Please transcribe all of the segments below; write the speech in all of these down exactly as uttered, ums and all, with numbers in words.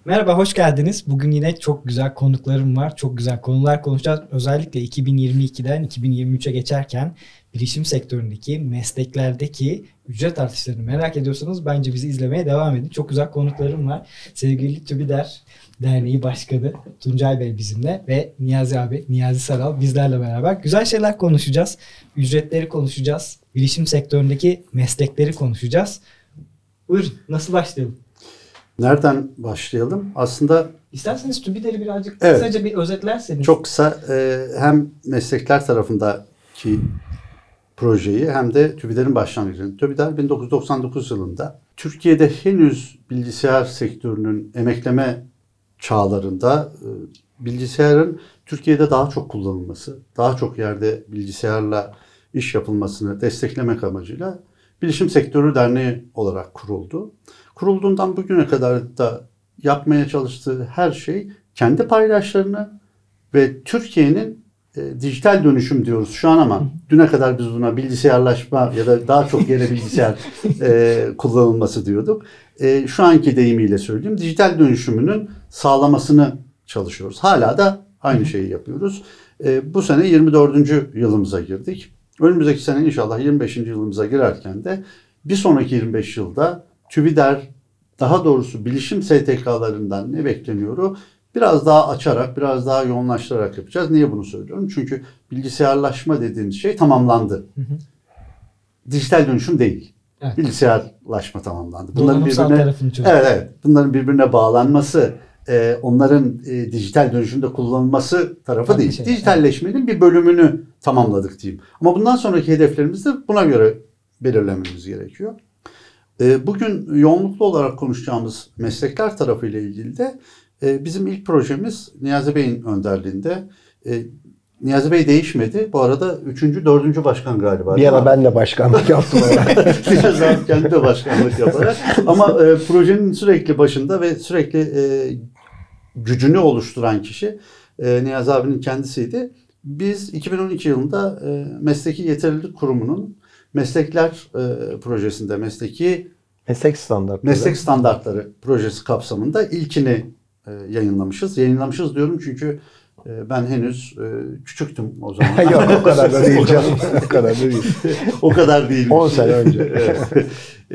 Merhaba, hoş geldiniz. Bugün yine çok güzel konuklarım var. Çok güzel konular konuşacağız. Özellikle iki bin yirmi ikiden iki bin yirmi üçe geçerken bilişim sektöründeki, mesleklerdeki ücret artışlarını merak ediyorsanız bence bizi izlemeye devam edin. Çok güzel konuklarım var. Sevgili TÜBİDER Derneği Başkanı Tuncay Bey bizimle ve Niyazi abi, Niyazi Saral bizlerle beraber güzel şeyler konuşacağız. Ücretleri konuşacağız. Bilişim sektöründeki meslekleri konuşacağız. Buyurun, nasıl başlayalım? Nereden başlayalım? Aslında İsterseniz TÜBİDER'i birazcık evet, kısaca bir özetlerseniz. çok kısa e, hem meslekler tarafındaki projeyi hem de TÜBİDER'in başlangıcını. TÜBİDER bin dokuz yüz doksan dokuz yılında Türkiye'de henüz bilgisayar sektörünün emekleme çağlarında e, bilgisayarın Türkiye'de daha çok kullanılması, daha çok yerde bilgisayarla iş yapılmasını desteklemek amacıyla Bilişim Sektörü Derneği olarak kuruldu. Kurulduğundan bugüne kadar da yapmaya çalıştığı her şey kendi paydaşlarını ve Türkiye'nin e, dijital dönüşüm diyoruz şu an ama düne kadar biz buna bilgisayarlaşma ya da daha çok yere bilgisayar e, kullanılması diyorduk. E, şu anki deyimiyle söyleyeyim, dijital dönüşümünün sağlamasını çalışıyoruz. Hala da aynı şeyi yapıyoruz. E, bu sene yirmi dördüncü yılımıza girdik. Önümüzdeki sene inşallah yirmi beşinci yılımıza girerken de bir sonraki yirmi beş yılda TÜBİDER, daha doğrusu bilişim S T K'larından ne bekleniyor? Biraz daha açarak, biraz daha yoğunlaştırarak yapacağız. Niye bunu söylüyorum? Çünkü bilgisayarlaşma dediğiniz şey tamamlandı. Hı hı. Dijital dönüşüm değil. Evet. Bilgisayarlaşma tamamlandı. Bunların birbirine, evet, evet, bunların birbirine bağlanması, e, onların e, dijital dönüşümde kullanılması tarafı Tabii değil. Şey, Dijitalleşmenin evet. bir bölümünü tamamladık diyeyim. Ama bundan sonraki hedeflerimizi de buna göre belirlememiz gerekiyor. Bugün yoğunluklu olarak konuşacağımız meslekler tarafıyla ilgili de bizim ilk projemiz Niyazi Bey'in önderliğinde. Niyazi Bey değişmedi. Bu arada üçüncü, dördüncü başkan galiba. Bir ara ben de başkanlık yaptım. Niyazi abi kendi de başkanlık yaparak. Ama e, projenin sürekli başında ve sürekli e, gücünü oluşturan kişi e, Niyazi abinin kendisiydi. Biz iki bin on iki yılında e, Mesleki Yeterlilik Kurumu'nun Meslekler e, projesinde, mesleki meslek standartları. meslek standartları projesi kapsamında ilkini e, yayınlamışız. Yayınlamışız diyorum çünkü e, ben henüz e, küçüktüm o zaman. Yok o kadar da değil canım. O kadar da değil. O kadar değil. on sene önce. Evet.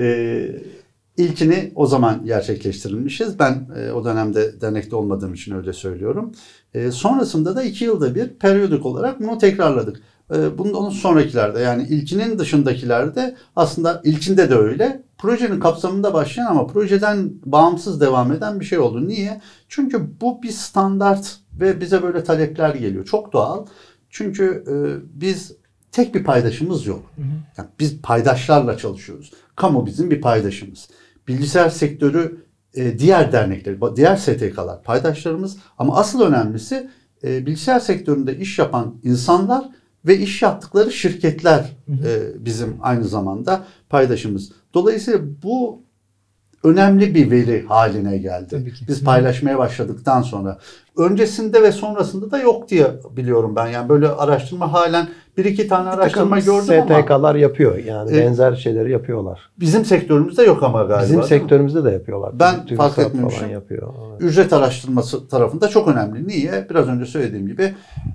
e, ilkini o zaman gerçekleştirilmişiz. Ben e, o dönemde dernekte olmadığım için öyle söylüyorum. E, sonrasında da iki yılda bir periyodik olarak bunu tekrarladık. Bundan sonrakilerde, yani ilkinin dışındakilerde, aslında ilkinde de öyle, projenin kapsamında başlayan ama projeden bağımsız devam eden bir şey oldu. Niye? Çünkü bu bir standart ve bize böyle talepler geliyor. Çok doğal. Çünkü e, biz tek bir paydaşımız yok. Yani biz paydaşlarla çalışıyoruz. Kamu bizim bir paydaşımız. Bilgisayar sektörü e, diğer dernekler, diğer S T K'lar paydaşlarımız, ama asıl önemlisi e, bilgisayar sektöründe iş yapan insanlar ve iş yaptıkları şirketler e, bizim aynı zamanda paydaşımız. Dolayısıyla bu önemli bir veri haline geldi. Biz paylaşmaya başladıktan sonra. Öncesinde ve sonrasında da yok diye biliyorum ben. Yani böyle araştırma halen bir iki tane araştırma gördüm ama. S T K'lar yapıyor yani e, benzer şeyleri yapıyorlar. Bizim sektörümüzde yok ama galiba. Bizim sektörümüzde de yapıyorlar. Ben Türk fark etmemişim. Yapıyor. Evet. Ücret araştırması tarafında çok önemli. Niye? Biraz önce söylediğim gibi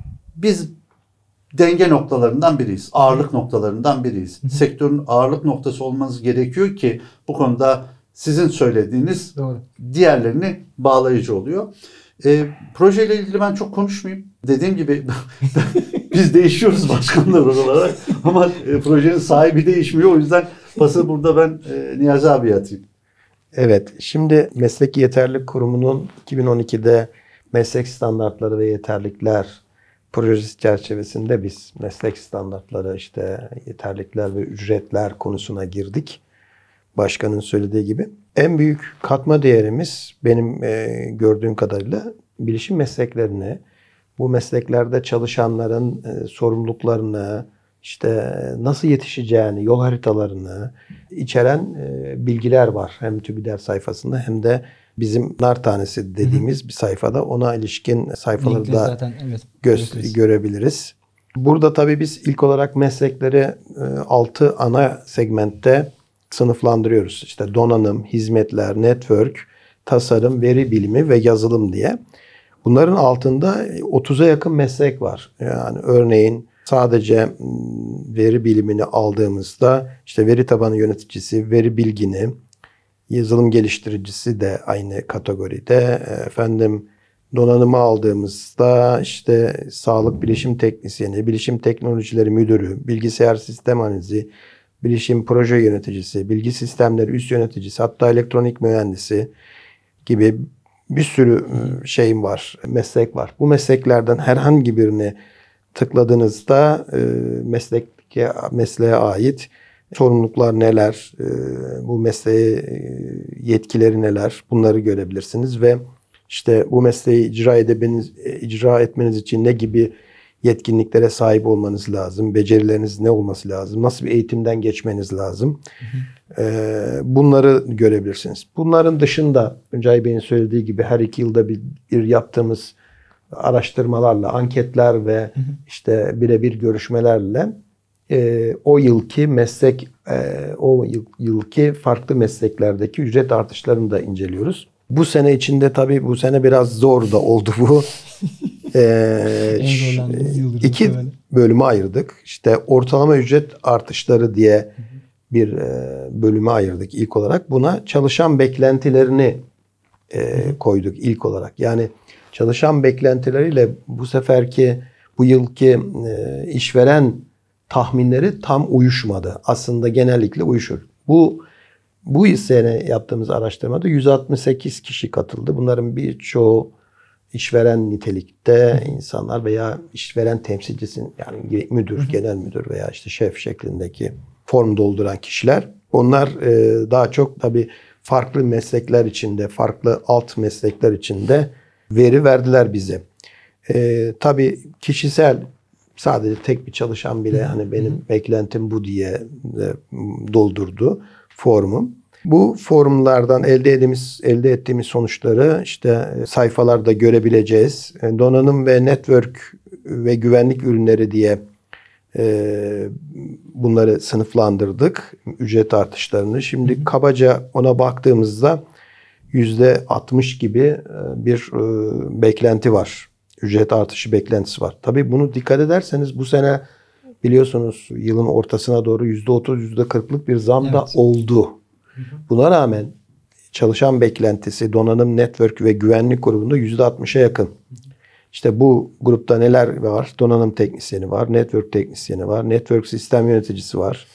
biz denge noktalarından biriyiz. Ağırlık noktalarından biriyiz. Hı hı. Sektörün ağırlık noktası olmanız gerekiyor ki bu konuda sizin söylediğiniz Doğru. diğerlerini bağlayıcı oluyor. E, projeyle ilgili ben çok konuşmayayım. Dediğim gibi biz değişiyoruz başkanlar olarak ama e, projenin sahibi değişmiyor. O yüzden pası burada ben e, Niyazi abiye atayım. Evet. Şimdi Mesleki Yeterlilik Kurumu'nun iki bin on ikide meslek standartları ve yeterlilikler projesi çerçevesinde biz meslek standartları, işte yeterlilikler ve ücretler konusuna girdik. Başkanın söylediği gibi. En büyük katma değerimiz benim e, gördüğüm kadarıyla bilişim mesleklerini, bu mesleklerde çalışanların e, sorumluluklarını, işte nasıl yetişeceğini, yol haritalarını içeren e, bilgiler var. Hem TÜBİDER sayfasında hem de bizim nar tanesi dediğimiz hı hı. bir sayfada, ona ilişkin sayfaları Linkli da zaten, evet, gö- görebiliriz. Burada tabii biz ilk olarak meslekleri altı ana segmentte sınıflandırıyoruz. İşte donanım, hizmetler, network, tasarım, veri bilimi ve yazılım diye. Bunların altında otuza yakın meslek var. Yani örneğin sadece veri bilimini aldığımızda işte veri tabanı yöneticisi, veri bilgini, yazılım geliştiricisi de aynı kategoride. Efendim donanımı aldığımızda işte sağlık bilişim teknisyeni, bilişim teknolojileri müdürü, bilgisayar sistem analizi, bilişim proje yöneticisi, bilgi sistemleri üst yöneticisi, hatta elektronik mühendisi gibi bir sürü şeyim var, meslek var. Bu mesleklerden herhangi birini tıkladığınızda e, meslek mesleğe ait sorumluluklar neler, e, bu mesleğe yetkileri neler, bunları görebilirsiniz ve işte bu mesleği icra edemeniz, icra etmeniz için ne gibi yetkinliklere sahip olmanız lazım, becerileriniz ne olması lazım, nasıl bir eğitimden geçmeniz lazım. Hı hı. E, bunları görebilirsiniz. Bunların dışında Tuncay Bey'in söylediği gibi her iki yılda bir, bir yaptığımız araştırmalarla, anketler ve hı hı. işte birebir görüşmelerle e, o yılki meslek, e, o yıl, yılki farklı mesleklerdeki ücret artışlarını da inceliyoruz. Bu sene içinde tabii bu sene biraz zor da oldu bu. ee, iki bölüme ayırdık. İşte ortalama ücret artışları diye bir e, bölüme ayırdık ilk olarak. Buna çalışan beklentilerini e, koyduk ilk olarak. Yani çalışan beklentileriyle bu seferki bu yılki e, işveren tahminleri tam uyuşmadı. Aslında genellikle uyuşur. Bu Bu sene yaptığımız araştırmada yüz altmış sekiz kişi katıldı. Bunların birçoğu işveren nitelikte insanlar veya işveren temsilcisi, yani müdür, hı hı. genel müdür veya işte şef şeklindeki form dolduran kişiler. Onlar e, daha çok tabii farklı meslekler içinde, farklı alt meslekler içinde veri verdiler bize. E, tabii kişisel, sadece tek bir çalışan bile hani benim hı hı. beklentim bu diye e, doldurdu formum. Bu forumlardan elde ettiğimiz, elde ettiğimiz sonuçları işte sayfalarda görebileceğiz. Donanım ve network ve güvenlik ürünleri diye e, bunları sınıflandırdık. Ücret artışlarını. Şimdi hı hı. kabaca ona baktığımızda yüzde altmış gibi bir e, beklenti var. Ücret artışı beklentisi var. Tabii bunu dikkat ederseniz bu sene biliyorsunuz yılın ortasına doğru yüzde otuz, yüzde kırklık bir zam evet. da oldu. Buna rağmen çalışan beklentisi donanım, network ve güvenlik grubunda yüzde altmışa yakın. İşte bu grupta neler var? Donanım teknisyeni var, network teknisyeni var, network sistem yöneticisi var.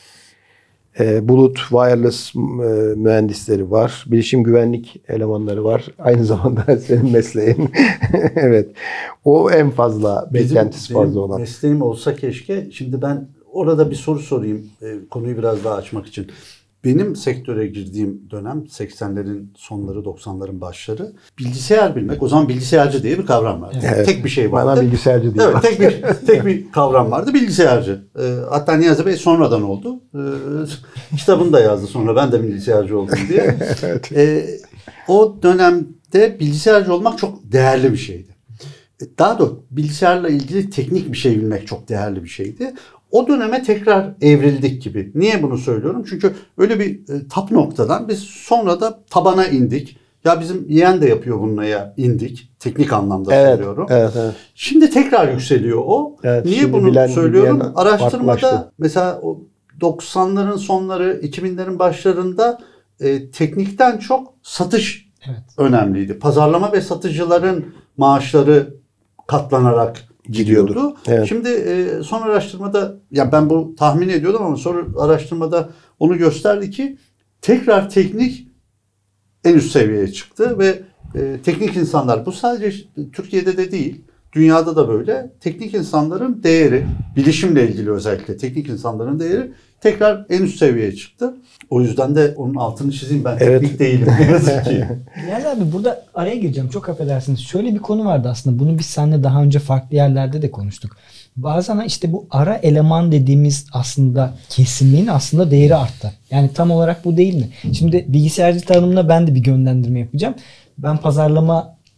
E, bulut, wireless e, mühendisleri var. Bilişim güvenlik elemanları var. Aynı zamanda senin mesleğin. Evet. O en fazla beklentisi Bizim, fazla olan. Mesleğim olsa keşke. Şimdi ben orada bir soru sorayım. E, konuyu biraz daha açmak için. Benim sektöre girdiğim dönem seksenlerin sonları, doksanların başları. Bilgisayar bilmek, o zaman bilgisayarcı diye bir kavram vardı. Evet. Tek bir şey vardı. Bana bilgisayarcı diye. Evet, tek bir tek bir kavram vardı. Bilgisayarcı. E, hatta Niyazi Bey sonradan oldu. E, kitabını da yazdı sonra ben de bilgisayarcı oldum diye. Evet. E, o dönemde bilgisayarcı olmak çok değerli bir şeydi. Daha doğrusu bilgisayarla ilgili teknik bir şey bilmek çok değerli bir şeydi. O döneme tekrar evrildik gibi. Niye bunu söylüyorum? Çünkü öyle bir e, tap noktadan biz sonra da tabana indik. Ya bizim yeğen de yapıyor bununla ya indik. Teknik anlamda evet, söylüyorum. Evet, evet. Şimdi tekrar yükseliyor o. Evet, Niye bunu bilen, söylüyorum? Araştırmada mesela o doksanların sonları, iki binlerin başlarında e, teknikten çok satış evet. önemliydi. Pazarlama ve satıcıların maaşları katlanarak gidiyordu. Evet. Şimdi e, son araştırmada, ya ben bu tahmin ediyordum ama sonra araştırmada onu gösterdi ki tekrar teknik en üst seviyeye çıktı ve e, teknik insanlar, bu sadece Türkiye'de de değil, dünyada da böyle, teknik insanların değeri, bilişimle ilgili özellikle teknik insanların değeri tekrar en üst seviyeye çıktı. O yüzden de onun altını çizeyim, ben evet. teknik değilim ne yazık ki. Yani abi burada araya gireceğim, çok affedersiniz. Şöyle bir konu vardı aslında, bunu biz seninle daha önce farklı yerlerde de konuştuk. Bazen işte bu ara eleman dediğimiz aslında kesimin aslında değeri arttı. Yani tam olarak bu değil mi? Şimdi bilgisayarcı tanımına ben de bir yönlendirme yapacağım. Ben pazarlama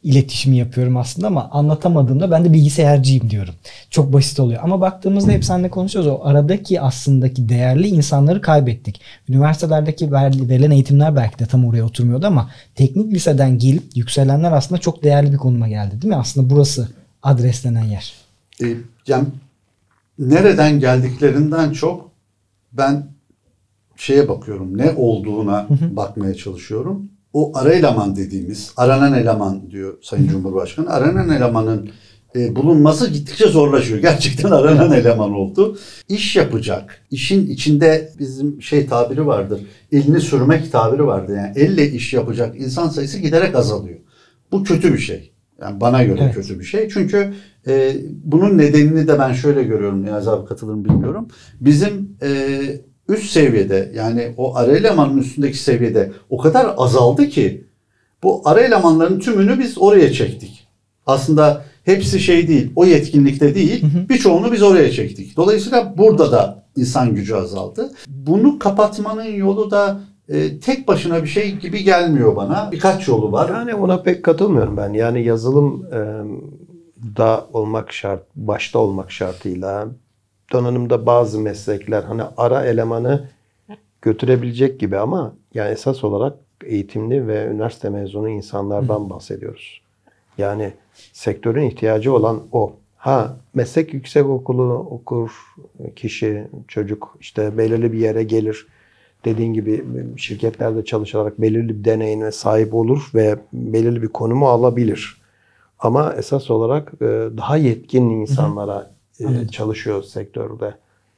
iletişimi yapıyorum aslında ama anlatamadığımda ben de bilgisayarcıyım diyorum. Çok basit oluyor. Ama baktığımızda hep seninle konuşuyoruz. O aradaki aslındaki değerli insanları kaybettik. Üniversitelerdeki verilen eğitimler belki de tam oraya oturmuyordu ama teknik liseden gelip yükselenler aslında çok değerli bir konuma geldi değil mi? Aslında burası adreslenen yer. E, yani nereden geldiklerinden çok ben şeye bakıyorum, ne olduğuna hı hı. bakmaya çalışıyorum. O ara eleman dediğimiz, aranan eleman diyor Sayın Cumhurbaşkanı. Aranan elemanın e, bulunması gittikçe zorlaşıyor. Gerçekten aranan eleman oldu. İş yapacak. İşin içinde bizim şey tabiri vardır. Elini sürmek tabiri vardır. Yani elle iş yapacak insan sayısı giderek azalıyor. Bu kötü bir şey. Yani bana göre evet. kötü bir şey. Çünkü e, bunun nedenini de ben şöyle görüyorum. Niyazi abi katılır mı bilmiyorum. Bizim e, üst seviyede yani o ara elemanın üstündeki seviyede o kadar azaldı ki bu ara elemanların tümünü biz oraya çektik. Aslında hepsi şey değil, o yetkinlikte değil, birçoğunu biz oraya çektik. Dolayısıyla burada da insan gücü azaldı. Bunu kapatmanın yolu da e, tek başına bir şey gibi gelmiyor bana. Birkaç yolu var. Yani ona pek katılmıyorum ben. Yani yazılım e, da olmak şart, başta olmak şartıyla donanımda bazı meslekler hani ara elemanı götürebilecek gibi ama yani esas olarak eğitimli ve üniversite mezunu insanlardan bahsediyoruz. Yani sektörün ihtiyacı olan o. Ha meslek yüksekokulu okur kişi, çocuk işte belirli bir yere gelir. Dediğin gibi şirketlerde çalışarak belirli bir deneyime sahip olur ve belirli bir konumu alabilir. Ama esas olarak daha yetkin insanlara Hı-hı. çalışıyor sektörde.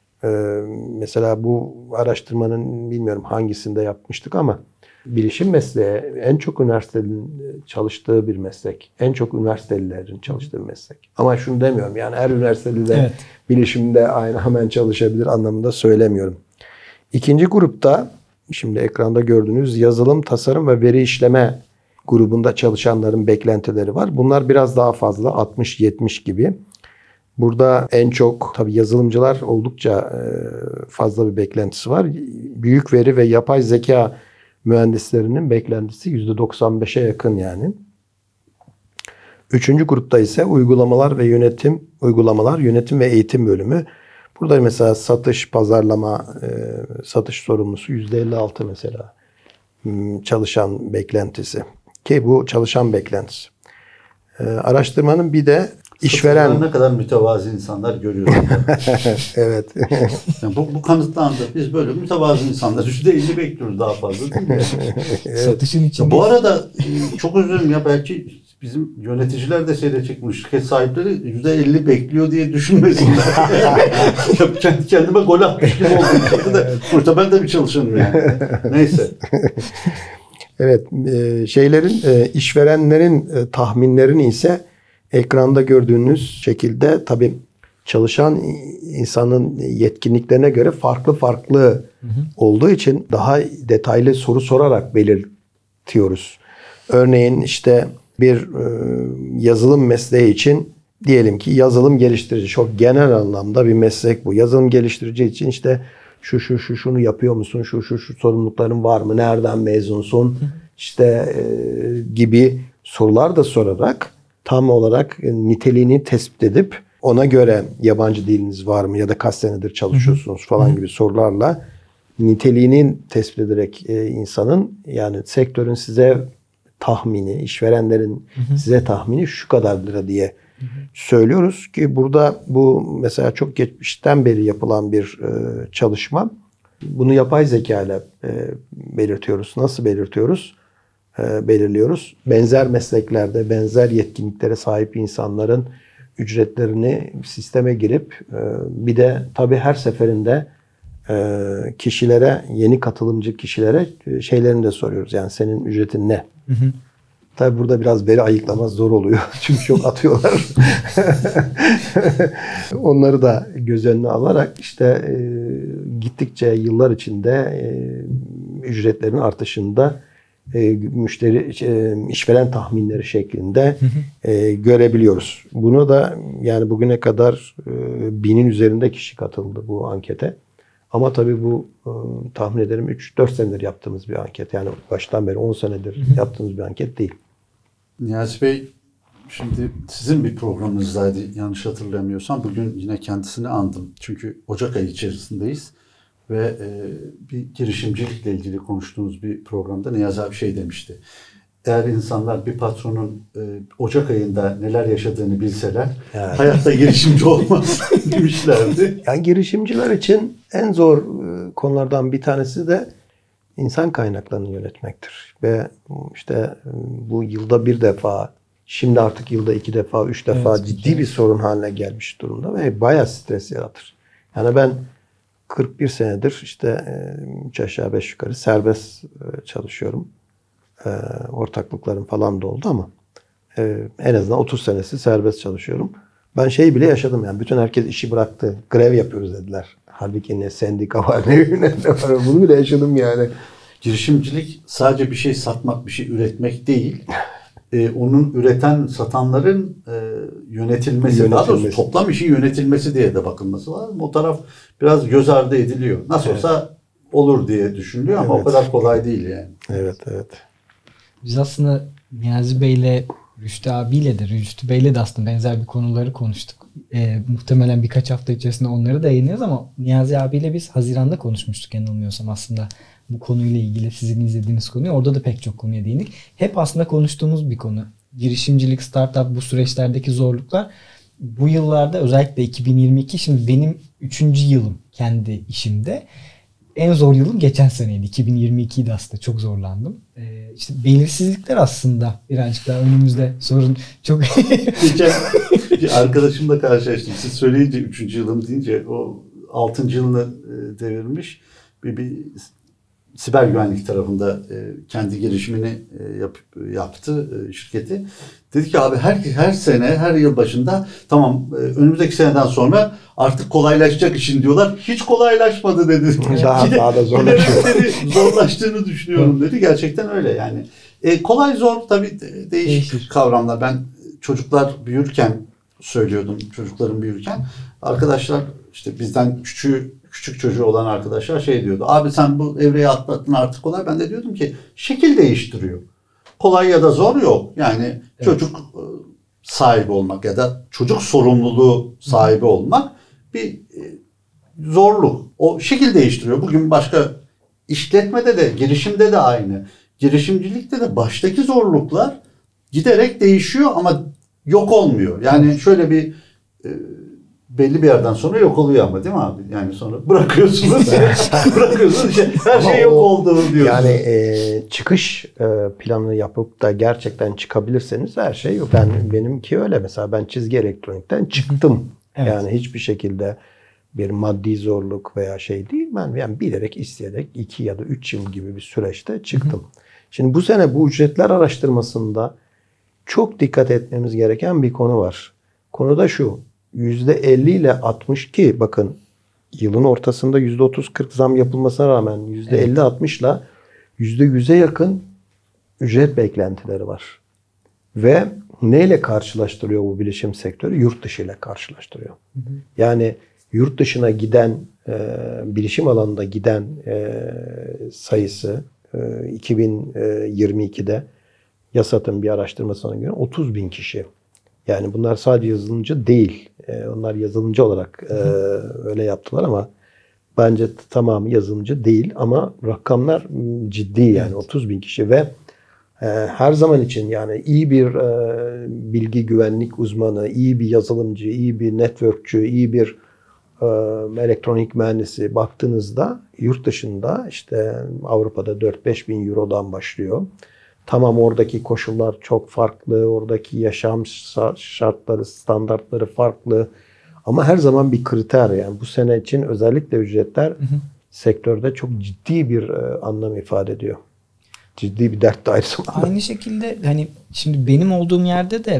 Mesela bu araştırmanın bilmiyorum hangisinde yapmıştık ama bilişim mesleği en çok üniversitelerin çalıştığı bir meslek. En çok üniversitelilerin çalıştığı bir meslek. Ama şunu demiyorum yani her üniversiteli de evet. bilişimde aynı hemen çalışabilir anlamında söylemiyorum. İkinci grupta şimdi ekranda gördüğünüz yazılım, tasarım ve veri işleme grubunda çalışanların beklentileri var. Bunlar biraz daha fazla altmış yetmiş gibi. Burada en çok tabii yazılımcılar oldukça fazla bir beklentisi var. Büyük veri ve yapay zeka mühendislerinin beklentisi yüzde doksan beşe yakın yani. Üçüncü grupta ise uygulamalar ve yönetim, uygulamalar, yönetim ve eğitim bölümü. Burada mesela satış, pazarlama, satış sorumlusu yüzde elli altı mesela çalışan beklentisi. Ki bu çalışan beklentisi. Araştırmanın bir de İşveren ne kadar mütevazi insanlar görüyoruz. evet. Yani bu, bu kanıtlandı. Biz böyle mütevazi insanlar yüzde elli bekliyoruz daha fazla değil mi? Evet. Satışın içinde. Bu arada çok özür dilerim ya belki bizim yöneticiler de seyredecek bu şirket sahipleri yüzde elli bekliyor diye düşünmesinler. Kendi kendime gol atmış gibi oldum. Sonuçta ben de bir çalışanım yani. Neyse. Evet. Şeylerin işverenlerin tahminlerini ise ekranda gördüğünüz şekilde tabii çalışan insanın yetkinliklerine göre farklı farklı hı hı. olduğu için daha detaylı soru sorarak belirtiyoruz. Örneğin işte bir e, yazılım mesleği için diyelim ki yazılım geliştirici çok genel anlamda bir meslek bu. Yazılım geliştirici için işte şu şu şu şunu yapıyor musun? Şu şu şu sorumlulukların var mı? Nereden mezunsun? Hı hı. İşte e, gibi sorular da sorarak tam olarak niteliğini tespit edip ona göre yabancı diliniz var mı ya da kaç senedir çalışıyorsunuz Hı-hı. falan Hı-hı. gibi sorularla niteliğini tespit ederek e, insanın yani sektörün size tahmini, işverenlerin Hı-hı. size tahmini şu kadar lira diye Hı-hı. söylüyoruz ki burada bu mesela çok geçmişten beri yapılan bir e, çalışma. Bunu yapay zeka ile e, belirtiyoruz. Nasıl belirtiyoruz? belirliyoruz. Benzer mesleklerde, benzer yetkinliklere sahip insanların ücretlerini sisteme girip bir de tabii her seferinde kişilere, yeni katılımcı kişilere şeylerini de soruyoruz. Yani senin ücretin ne? Hı hı. Tabii burada biraz veri ayıklamak zor oluyor. Çünkü çok atıyorlar. Onları da göz önüne alarak işte gittikçe yıllar içinde ücretlerin artışında E, müşteri e, işveren tahminleri şeklinde e, görebiliyoruz. Bunu da yani bugüne kadar e, binin üzerinde kişi katıldı bu ankete. Ama tabii bu e, tahmin ederim üç dört senedir yaptığımız bir anket. Yani baştan beri on senedir yaptığımız bir anket değil. Niyazi Bey, şimdi sizin bir programınızdaydı yanlış hatırlamıyorsam. Bugün yine kendisini andım. Çünkü Ocak ayı içerisindeyiz. Ve e, bir girişimcilikle ilgili konuştuğumuz bir programda Niyazi abi şey demişti. Eğer insanlar bir patronun e, Ocak ayında neler yaşadığını bilseler Evet. hayatta girişimci olmaz demişlerdi. Yani girişimciler için en zor e, konulardan bir tanesi de insan kaynaklarını yönetmektir. Ve işte e, bu yılda bir defa, şimdi artık yılda iki defa, üç defa Evet, ciddi bir sorun haline gelmiş durumda ve bayağı stres yaratır. Yani ben kırk bir senedir işte e, üç aşağı beş yukarı serbest e, çalışıyorum. E, ortaklıklarım falan da oldu ama e, en azından otuz senesi serbest çalışıyorum. Ben şey bile yaşadım yani. Bütün herkes işi bıraktı. Grev yapıyoruz dediler. Halbuki ne sendika var ne ne var. Bunu bile yaşadım yani. Girişimcilik sadece bir şey satmak, bir şey üretmek değil. Ee, onun üreten, satanların e, yönetilmesi, Yönetilmesi. daha doğrusu toplam işi yönetilmesi diye de bakılması lazım. O taraf biraz göz ardı ediliyor. Nasıl Evet. olsa olur diye düşünülüyor ama Evet. o kadar kolay değil yani. Evet, evet. Biz aslında Niyazi Bey'le Rüştü abiyle de Rüştü Bey'le de aslında benzer bir konuları konuştuk. Ee, muhtemelen birkaç hafta içerisinde onları da yayınlıyoruz ama Niyazi abiyle biz Haziran'da konuşmuştuk yanılmıyorsam aslında bu konuyla ilgili sizin izlediğiniz konuyu. Orada da pek çok konuya değindik. Hep aslında konuştuğumuz bir konu. Girişimcilik, startup, bu süreçlerdeki zorluklar. Bu yıllarda özellikle iki bin yirmi iki, şimdi benim üçüncü yılım kendi işimde. En zor yılım geçen seneydi. iki bin yirmi ikiydi aslında. Çok zorlandım. Ee, işte belirsizlikler aslında birazcık daha önümüzde sorun. Çok Geçen bir arkadaşımla karşılaştım. Siz söyleyince üçüncü yılım deyince o altıncı yılını e, devirmiş bir, bir siber güvenlik tarafında e, kendi girişimini e, yap, yaptı e, şirketi. Dedi ki abi her her sene, her yıl başında tamam e, önümüzdeki seneden sonra artık kolaylaşacak işin diyorlar. Hiç kolaylaşmadı dedi. Daha- Yine- daha da yine zorlaşıyor. dedi, zorlaştığını düşünüyorum dedi. Gerçekten öyle yani. E, kolay zor tabii de- değişik Değişir. kavramlar. Ben çocuklar büyürken söylüyordum, çocuklarım büyürken arkadaşlar işte bizden küçüğü küçük çocuğu olan arkadaşlar şey diyordu. Abi sen bu evreyi atlattın artık kolay. Ben de diyordum ki şekil değiştiriyor. Kolay ya da zor yok. Yani çocuk e, sahibi olmak ya da çocuk sorumluluğu sahibi olmak bir e, zorluk. O şekil değiştiriyor. Bugün başka işletmede de, girişimde de aynı. Girişimcilikte de baştaki zorluklar giderek değişiyor ama yok olmuyor. Yani şöyle bir e, belli bir yerden sonra yok oluyor ama değil mi abi? Yani sonra bırakıyorsunuz. bırakıyorsunuz. Işte, her Ama şey yok o- oldu diyorsunuz. Yani e, çıkış e, planı yapıp da gerçekten çıkabilirseniz her şey yok. Ben benimki öyle mesela ben çizgi elektronikten çıktım. Evet. Yani hiçbir şekilde bir maddi zorluk veya şey değil. Ben yani bilerek isteyerek iki ya da üç yıl gibi bir süreçte çıktım. Şimdi bu sene bu ücretler araştırmasında çok dikkat etmemiz gereken bir konu var. Konu da şu. yüzde elli ile altmış ki bakın yılın ortasında yüzde otuz kırk zam yapılmasına rağmen yüzde elli altmış ile yüzde yüze yakın ücret beklentileri var. Ve neyle karşılaştırıyor bu bilişim sektörü? Yurt dışı ile karşılaştırıyor. Hı hı. Yani yurt dışına giden, e, bilişim alanında giden e, sayısı e, iki bin yirmi ikide YASAT'ın bir araştırmasına göre otuz bin kişi. Yani bunlar sadece yazılımcı değil. E, onlar yazılımcı olarak e, öyle yaptılar ama bence tamamı yazılımcı değil ama rakamlar ciddi yani evet. otuz bin kişi ve e, her zaman için yani iyi bir e, bilgi güvenlik uzmanı, iyi bir yazılımcı, iyi bir networkçü, iyi bir e, elektronik mühendisi baktığınızda yurt dışında işte Avrupa'da dört beş bin Euro'dan başlıyor. Tamam oradaki koşullar çok farklı, oradaki yaşam şartları, standartları farklı. Ama her zaman bir kriter yani bu sene için özellikle ücretler hı hı. sektörde çok ciddi bir e, anlam ifade ediyor. Ciddi bir dert dairesi. Aynı şekilde hani şimdi benim olduğum yerde de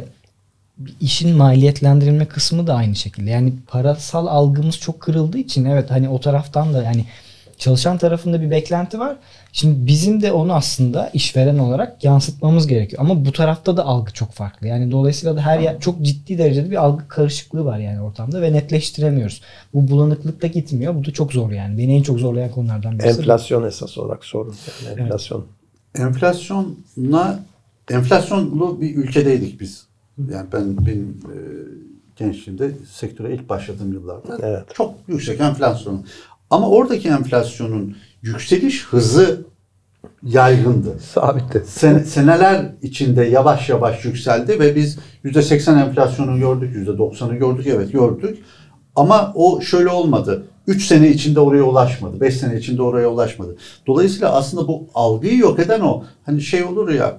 işin maliyetlendirilme kısmı da aynı şekilde. Yani parasal algımız çok kırıldığı için evet hani o taraftan da yani çalışan tarafında bir beklenti var. Şimdi bizim de onu aslında işveren olarak yansıtmamız gerekiyor. Ama bu tarafta da algı çok farklı. Yani dolayısıyla da her yer çok ciddi derecede bir algı karışıklığı var yani ortamda ve netleştiremiyoruz. Bu bulanıklıkta gitmiyor. Bu da çok zor yani. Beni en çok zorlayan konulardan birisi. Enflasyon esas olarak sorun. Yani enflasyon. Evet. Enflasyona enflasyonlu bir ülkedeydik biz. Yani ben benim e, gençliğimde sektöre ilk başladığım yıllarda Evet. çok yüksek enflasyon. Ama oradaki enflasyonun yükseliş hızı yaygındı. Sabitti. Sen, seneler içinde yavaş yavaş yükseldi ve biz yüzde seksen enflasyonu gördük, yüzde doksanı gördük, evet gördük. Ama o şöyle olmadı. üç sene içinde oraya ulaşmadı, beş sene içinde oraya ulaşmadı. Dolayısıyla aslında bu algıyı yok eden o. Hani şey olur ya,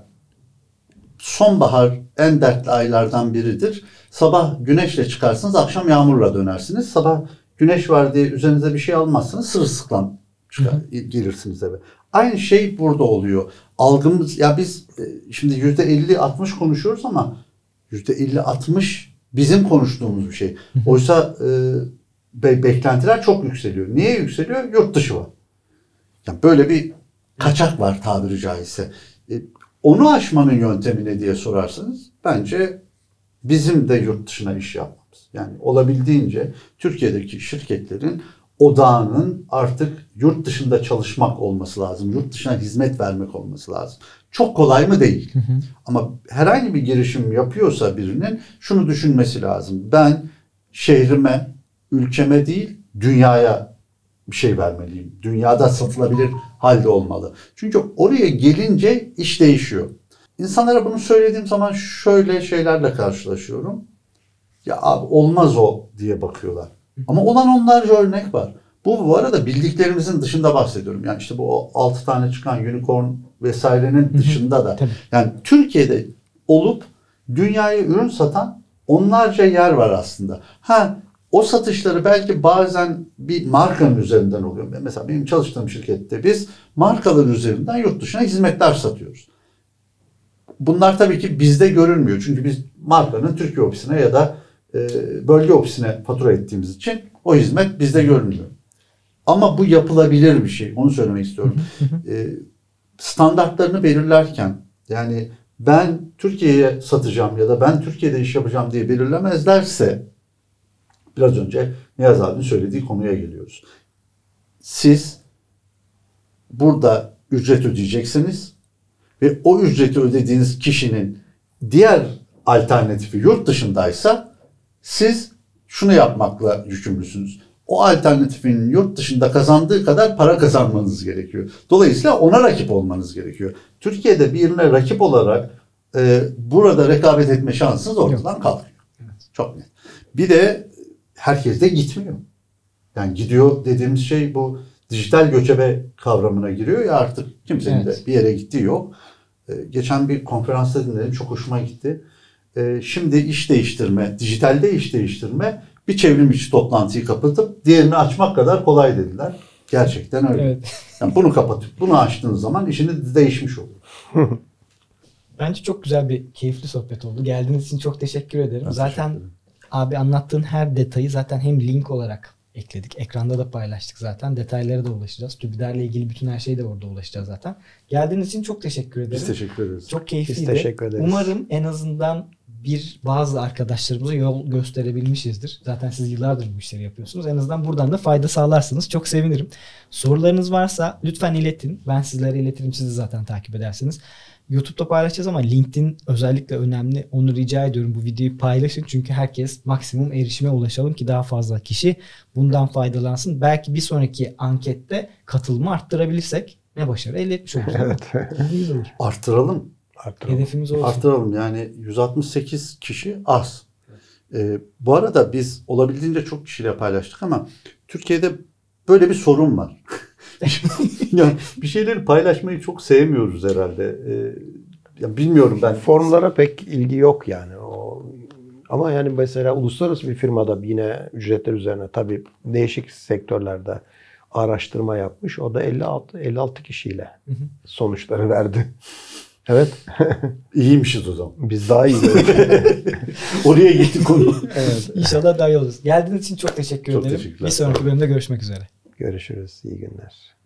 sonbahar en dertli aylardan biridir. Sabah güneşle çıkarsınız, akşam yağmurla dönersiniz. Sabah güneş var diye üzerinize bir şey almazsınız, sırılsıklam çıkar, gelirsiniz eve. Aynı şey burada oluyor. Algımız, ya biz şimdi yüzde elli altmış konuşuyoruz ama yüzde elli altmış bizim konuştuğumuz bir şey. Oysa e, be, beklentiler çok yükseliyor. Niye yükseliyor? Yurt dışı var. Yani böyle bir kaçak var tabiri caizse. E, onu aşmanın yöntemi ne diye sorarsanız bence bizim de yurt dışına iş yapmamız. Yani olabildiğince Türkiye'deki şirketlerin odağının artık yurt dışında çalışmak olması lazım. Yurt dışına hizmet vermek olması lazım. Çok kolay mı? Değil. Hı hı. Ama herhangi bir girişim yapıyorsa birinin şunu düşünmesi lazım. Ben şehrime, ülkeme değil, dünyaya bir şey vermeliyim. Dünyada satılabilir halde olmalı. Çünkü oraya gelince iş değişiyor. İnsanlara bunu söylediğim zaman şöyle şeylerle karşılaşıyorum. Ya abi olmaz o diye bakıyorlar. Ama olan onlarca örnek var. Bu bu arada bildiklerimizin dışında bahsediyorum. Yani işte bu altı tane çıkan unicorn vesairenin dışında da. Yani Türkiye'de olup dünyaya ürün satan onlarca yer var aslında. Ha, o satışları belki bazen bir markanın üzerinden oluyor. Mesela benim çalıştığım şirkette biz markaların üzerinden yurt dışına hizmetler satıyoruz. Bunlar tabii ki bizde görülmüyor. Çünkü biz markanın Türkiye ofisine ya da bölge ofisine fatura ettiğimiz için o hizmet bizde görünmüyor. Ama bu yapılabilir bir şey. Onu söylemek istiyorum. Standartlarını belirlerken, yani ben Türkiye'ye satacağım ya da ben Türkiye'de iş yapacağım diye belirlemezlerse, biraz önce Niyazi abinin söylediği konuya geliyoruz. Siz burada ücret ödeyeceksiniz ve o ücreti ödediğiniz kişinin diğer alternatifi yurt dışındaysa siz şunu yapmakla yükümlüsünüz. O alternatifin yurt dışında kazandığı kadar para kazanmanız gerekiyor. Dolayısıyla ona rakip olmanız gerekiyor. Türkiye'de birine rakip olarak e, burada rekabet etme şansınız ortadan kalkıyor. Evet. Çok net. Bir de herkes de gitmiyor. Yani gidiyor dediğimiz şey bu dijital göçebe kavramına giriyor ya, artık kimsenin evet. de bir yere gittiği yok. E, geçen bir konferansta dinledim, çok hoşuma gitti. E, şimdi iş değiştirme, dijitalde iş değiştirme bir çevrim içi toplantıyı kapatıp diğerini açmak kadar kolay dediler. Gerçekten öyle. Evet. Yani bunu kapatıp bunu açtığınız zaman işiniz değişmiş olur. Bence çok güzel bir keyifli sohbet oldu. Geldiğiniz için çok teşekkür ederim. Ben zaten teşekkür ederim. Abi anlattığın her detayı zaten hem link olarak ekledik. Ekranda da paylaştık zaten. Detaylara da ulaşacağız. TÜBİDAR'la ilgili bütün her şeyi de orada ulaşacağız zaten. Geldiğiniz için çok teşekkür ederim. Biz teşekkür ederiz. Çok keyifliydi. Biz teşekkür ederiz. Umarım en azından bir bazı arkadaşlarımıza yol gösterebilmişizdir. Zaten siz yıllardır bu işleri yapıyorsunuz. En azından buradan da fayda sağlarsınız. Çok sevinirim. Sorularınız varsa lütfen iletin. Ben sizlere iletirim. Siz de zaten takip edersiniz. YouTube'da paylaşacağız ama LinkedIn özellikle önemli. Onu rica ediyorum. Bu videoyu paylaşın. Çünkü herkes maksimum erişime ulaşalım ki daha fazla kişi bundan faydalansın. Belki bir sonraki ankette katılımı arttırabilirsek ne başarı elde etmiş oluruz. Evet. Arttıralım. Arttıralım. Hedefimiz olsun. Arttıralım. Yani yüz altmış sekiz kişi az. Ee, bu arada biz olabildiğince çok kişiyle paylaştık ama Türkiye'de böyle bir sorun var. Yani bir şeyleri paylaşmayı çok sevmiyoruz herhalde. Ee, ya bilmiyorum ben. Formlara pek ilgi yok yani. O, ama yani mesela uluslararası bir firmada yine ücretler üzerine tabii değişik sektörlerde araştırma yapmış. O da elli altı elli altı kişiyle hı hı. sonuçları verdi. Evet. İyiymişiz o zaman. Biz daha iyi. Oraya gittik konu. Evet. İnşallah daha iyi oluruz. Geldiğiniz için çok teşekkür çok ederim. Bir sonraki bölümde görüşmek üzere. Görüşürüz. İyi günler.